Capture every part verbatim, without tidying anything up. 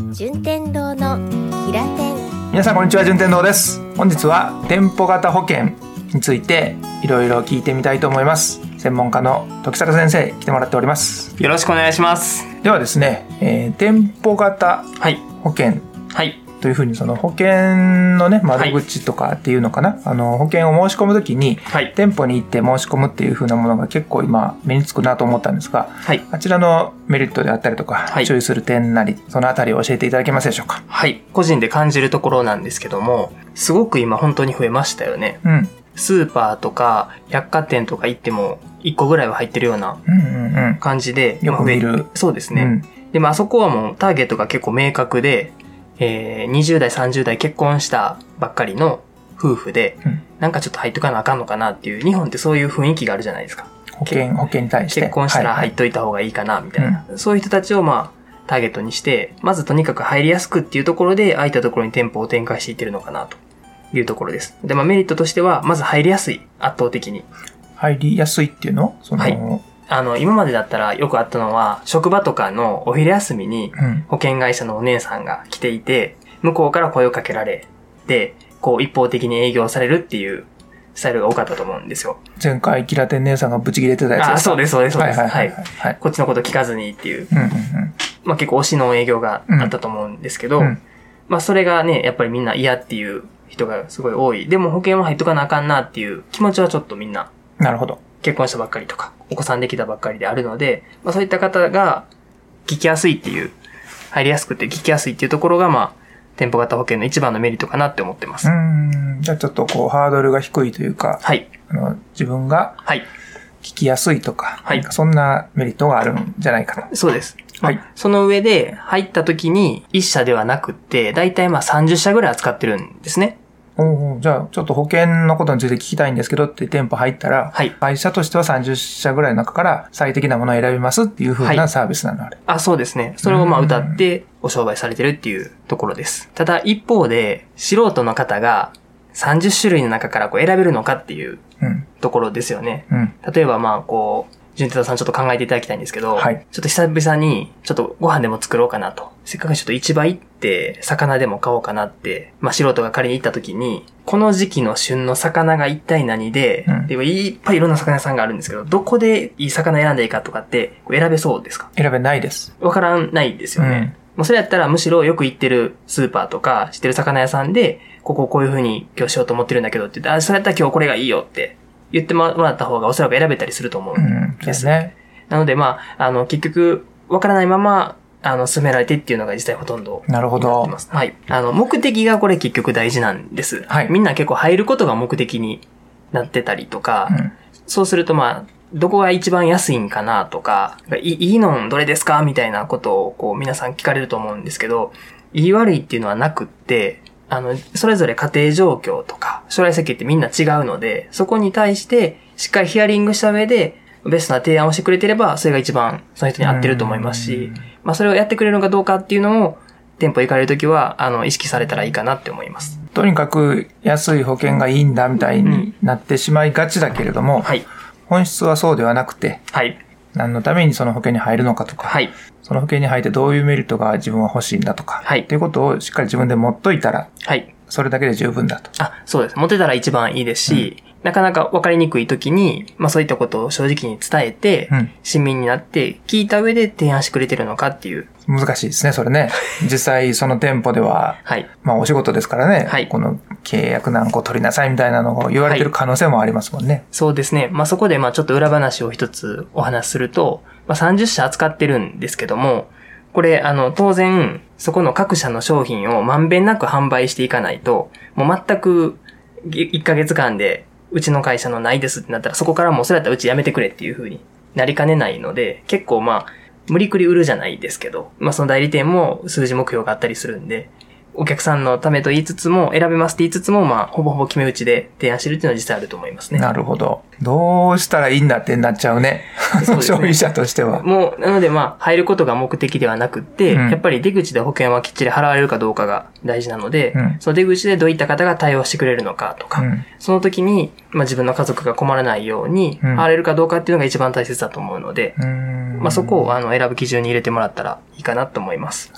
順天堂のキラテン。 皆さんこんにちは、順天堂です。本日は店舗型保険についていろいろ聞いてみたいと思います。専門家の時坂先生来てもらっております。 よろしくお願いします。 ではですね、えー、店舗型保険、 はい、 というふうにその保険のね窓口とかっていうのかな、はい、あの保険を申し込むときに、はい、店舗に行って申し込むっていうふうなものが結構今目につくなと思ったんですが、はい、あちらのメリットであったりとか、はい、注意する点なりそのあたりを教えていただけますでしょうか。 はい、個人で感じるところなんですけども、すごく今本当に増えましたよね。うん、スーパーとか百貨店とか行ってもいっこぐらいは入ってるような感じで、 うんうんうん、よく見る。 そうですね。うん、でもあそこはもうターゲットが結構明確で、えー、にじゅう代さんじゅう代結婚したばっかりの夫婦で、うん、なんかちょっと入っとかなあかんのかなっていう、日本ってそういう雰囲気があるじゃないですか。 保険、保険に対して。 結婚したら入っといた方がいいかな、みたいな、はいはい。そういう人たちをまあ、ターゲットにして、まずとにかく入りやすくっていうところで、空いたところに店舗を展開していってるのかなというところです。で、まあメリットとしては、まず入りやすい、圧倒的に。 入りやすいっていうの？その、 はい。あの、今までだったらよくあったのは、職場とかのお昼休みに、保険会社のお姉さんが来ていて、向こうから声をかけられて、こう一方的に営業されるっていうスタイルが多かったと思うんですよ。 前回キラテン姉さんがブチ切れてたやつですか？ あ、そうです、そうです、そうです。 はいはいはい、はい。 こっちのこと聞かずにっていう。うんうんうん、まあ結構推しの営業があったと思うんですけど、うん、まあそれがね、やっぱりみんな嫌っていう人がすごい多い。でも保険は入っとかなあかんなっていう気持ちはちょっとみんな。 なるほど。 結婚したばっかりとか、お子さんできたばっかりであるので、まあそういった方が聞きやすいっていう、入りやすくて聞きやすいっていうところがまあ、店舗型保険の一番のメリットかなって思ってます。 うーん。じゃあちょっとこうハードルが低いというか、はい。あの自分が聞きやすいとか、はい。そんなメリットがあるんじゃないかな。 そうです。はい。まあ、その上で入った時にいっ社ではなくって、だいたいまあさんじゅっ社ぐらい扱ってるんですね。 おお、じゃあちょっと保険のことについて聞きたいんですけどって店舗入ったら、はい、会社としてはさんじゅっ社ぐらいの中から最適なものを選びますっていう風なサービスなの、あれ。 あ、そうですね。それをまあ歌ってお商売されてるっていうところです。ただ一方で素人の方がさんじゅっ種類の中からこう選べるのかっていうところですよね。うん、例えばまあこう、順天堂さんちょっと考えていただきたいんですけど、はい、ちょっと久々にちょっとご飯でも作ろうかなと。せっかくちょっと市場行って魚でも買おうかなって、まあ素人が借りに行った時に、この時期の旬の魚が一体何で、うん、でいっぱいいろんな魚屋さんがあるんですけど、どこでいい魚選んでいいかとかって選べそうですか？ 選べないです。 わからないですよね。うん、もうそれやったらむしろよく行ってるスーパーとか知ってる魚屋さんで、こここういう風に今日しようと思ってるんだけどって言って、あ、それやったら今日これがいいよって言ってもらった方がおそらく選べたりすると思うんです。うん、ですね。なので、まあ、あの、結局、わからないまま、あの、進められてっていうのが実際ほとんど。 なるほど。 はい。あの、目的がこれ結局大事なんです。はい。みんな結構入ることが目的になってたりとか、うん、そうするとまあ、どこが一番安いんかなとか、いいのどれですかみたいなことをこう皆さん聞かれると思うんですけど、いい悪いっていうのはなくって、あの、それぞれ家庭状況とか、将来設計ってみんな違うので、そこに対してしっかりヒアリングした上で、ベストな提案をしてくれてれば、それが一番その人に合ってると思いますし、まあそれをやってくれるのかどうかっていうのを、店舗行かれるときは、あの、意識されたらいいかなって思います。 とにかく安い保険がいいんだみたいになってしまいがちだけれども、うん、はい。本質はそうではなくて、はい。何のためにその保険に入るのかとか、はい。その保険に入ってどういうメリットが自分は欲しいんだとか、はい。ということをしっかり自分で持っといたら、はい。それだけで十分だと。 あ、そうです。持てたら一番いいですし、うん、なかなか分かりにくい時に、まあそういったことを正直に伝えて、うん、親身になって聞いた上で提案してくれてるのかっていう。 難しいですね、それね。実際その店舗では、はい、まあお仕事ですからね、はい、この契約何個取りなさいみたいなのを言われてる可能性もありますもんね。はい、 そうですね。まあそこでまあちょっと裏話を一つお話しすると、まあさんじゅっ社扱ってるんですけども、これ、あの、当然、そこの各社の商品をまんべんなく販売していかないと、もう全くいっかげつかんで、うちの会社のないですってなったら、そこからもうそれやったらうちやめてくれっていう風になりかねないので、結構まあ、無理くり売るじゃないですけど、まあその代理店も数字目標があったりするんで、お客さんのためと言いつつも、選べますって言いつつも、まあ、ほぼほぼ決め打ちで提案してるっていうのは実際あると思いますね。 なるほど。どうしたらいいんだってなっちゃうね。そうですね。消費者としては。 もう、なのでまあ、入ることが目的ではなくって、うん、やっぱり出口で保険はきっちり払われるかどうかが大事なので、うん、その出口でどういった方が対応してくれるのかとか、うん、その時に、まあ自分の家族が困らないように、払われるかどうかっていうのが一番大切だと思うので、うん、まあそこをあの選ぶ基準に入れてもらったらいいかなと思います。 そうかそう。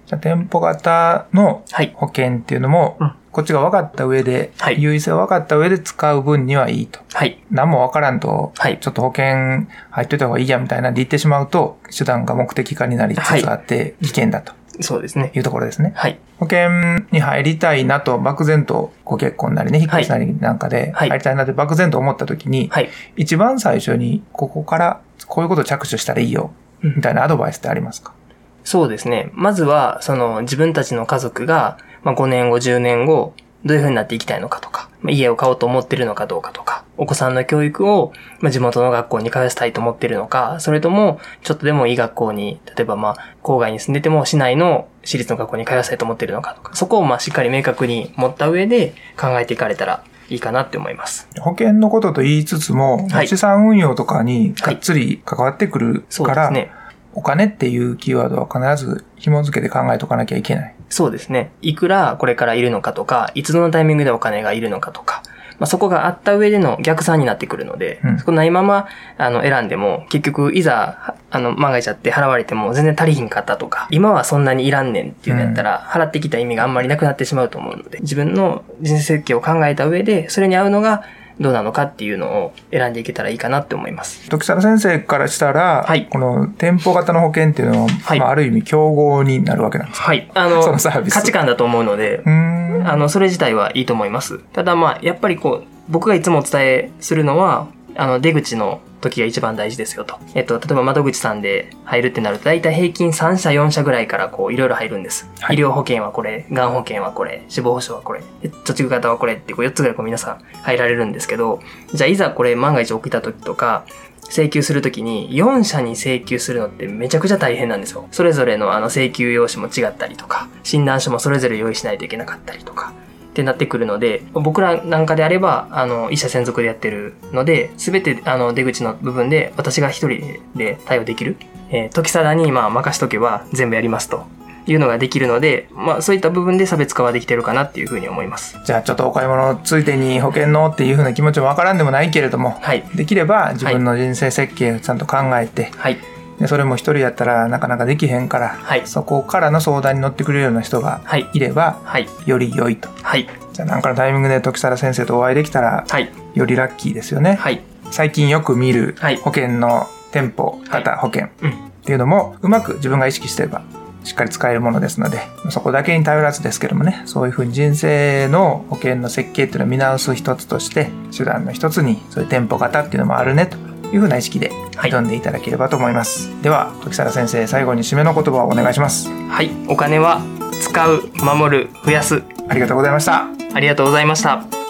じゃあ店舗型の保険っていうのも、はい、うん、こっちが分かった上で、はい、優位性が分かった上で使う分にはいいと。はい、何も分からんと、はい、ちょっと保険入っといた方がいいやみたいなんで言ってしまうと、手段が目的化になりつつあって危険だと。はい、 そうですね。 いうところですね。はい。保険に入りたいなと漠然とご結婚なりね、引っ越しなりなんかで入りたいなって漠然と思った時に、はい、一番最初にここからこういうことを着手したらいいよ、みたいなアドバイスってありますか？ そうですね。まずは、その自分たちの家族が、まあ、ごねんご、じゅうねんご、どういう風になっていきたいのかとか、まあ、家を買おうと思ってるのかどうかとか、お子さんの教育を、まあ、地元の学校に通わせたいと思ってるのか、それとも、ちょっとでもいい学校に、例えばまあ、郊外に住んでても市内の私立の学校に通わせたいと思ってるのかとか、そこをまあ、しっかり明確に持った上で考えていかれたらいいかなって思います。 保険のことと言いつつも、はい、資産運用とかにがっつり関わってくるから、はい、そうですね。お金っていうキーワードは必ず紐付けて考えとかなきゃいけない。 そうですね。いくらこれからいるのかとか、いつのタイミングでお金がいるのかとか、まあ、そこがあった上での逆算になってくるので、うん、そこないまま、あの、選んでも、結局、いざ、あの、万が一あって払われても全然足りひんかったとか、今はそんなにいらんねんっていうのやったら、払ってきた意味があんまりなくなってしまうと思うので、自分の人生設計を考えた上で、それに合うのが、どうなのかっていうのを選んでいけたらいいかなって思います。 時貞先生からしたら、はい、この店舗型の保険っていうのは、はい、まあ、ある意味競合になるわけなんですか？ はい。あの、そのサービス価値観だと思うので、うーん、あの、それ自体はいいと思います。ただまあ、やっぱりこう、僕がいつもお伝えするのは、あの、出口の時が一番大事ですよと。えっと、例えば窓口さんで入るってなると、だいたい平均さんしゃよんしゃぐらいからこう、いろいろ入るんです。はい、医療保険はこれ、がん保険はこれ、死亡保障はこれ、貯蓄型はこれってこうよっつぐらいこう皆さん入られるんですけど、じゃあいざこれ万が一起きた時とか、請求するときによんしゃに請求するのってめちゃくちゃ大変なんですよ。それぞれのあの請求用紙も違ったりとか、診断書もそれぞれ用意しないといけなかったりとか。ってなってくるので、僕らなんかであれば、あの、一社専属でやってるので、すべて、あの、出口の部分で、私が一人で対応できる。えー、時貞に、まあ、任しとけば全部やりますというのができるので、まあ、そういった部分で差別化はできてるかなっていうふうに思います。 じゃあ、ちょっとお買い物ついでに保険のっていうふうな気持ちもわからんでもないけれども、はい。できれば自分の人生設計をちゃんと考えて、はい。でそれも一人やったらなかなかできへんから、はい、そこからの相談に乗ってくれるような人がいれば、はい、より良いと。はい。じゃあなんかのタイミングで時貞先生とお会いできたら、はい、よりラッキーですよね。はい。最近よく見る保険の店舗型保険っていうのも、うまく自分が意識してればしっかり使えるものですので、そこだけに頼らずですけどもね、そういうふうに人生の保険の設計っていうのを見直す一つとして、手段の一つにそういう店舗型っていうのもあるねというふうな意識で挑んでいただければと思います。はい、では時貞先生、最後に締めの言葉をお願いします。 はい。お金は使う、守る、増やす。 ありがとうございました。 ありがとうございました。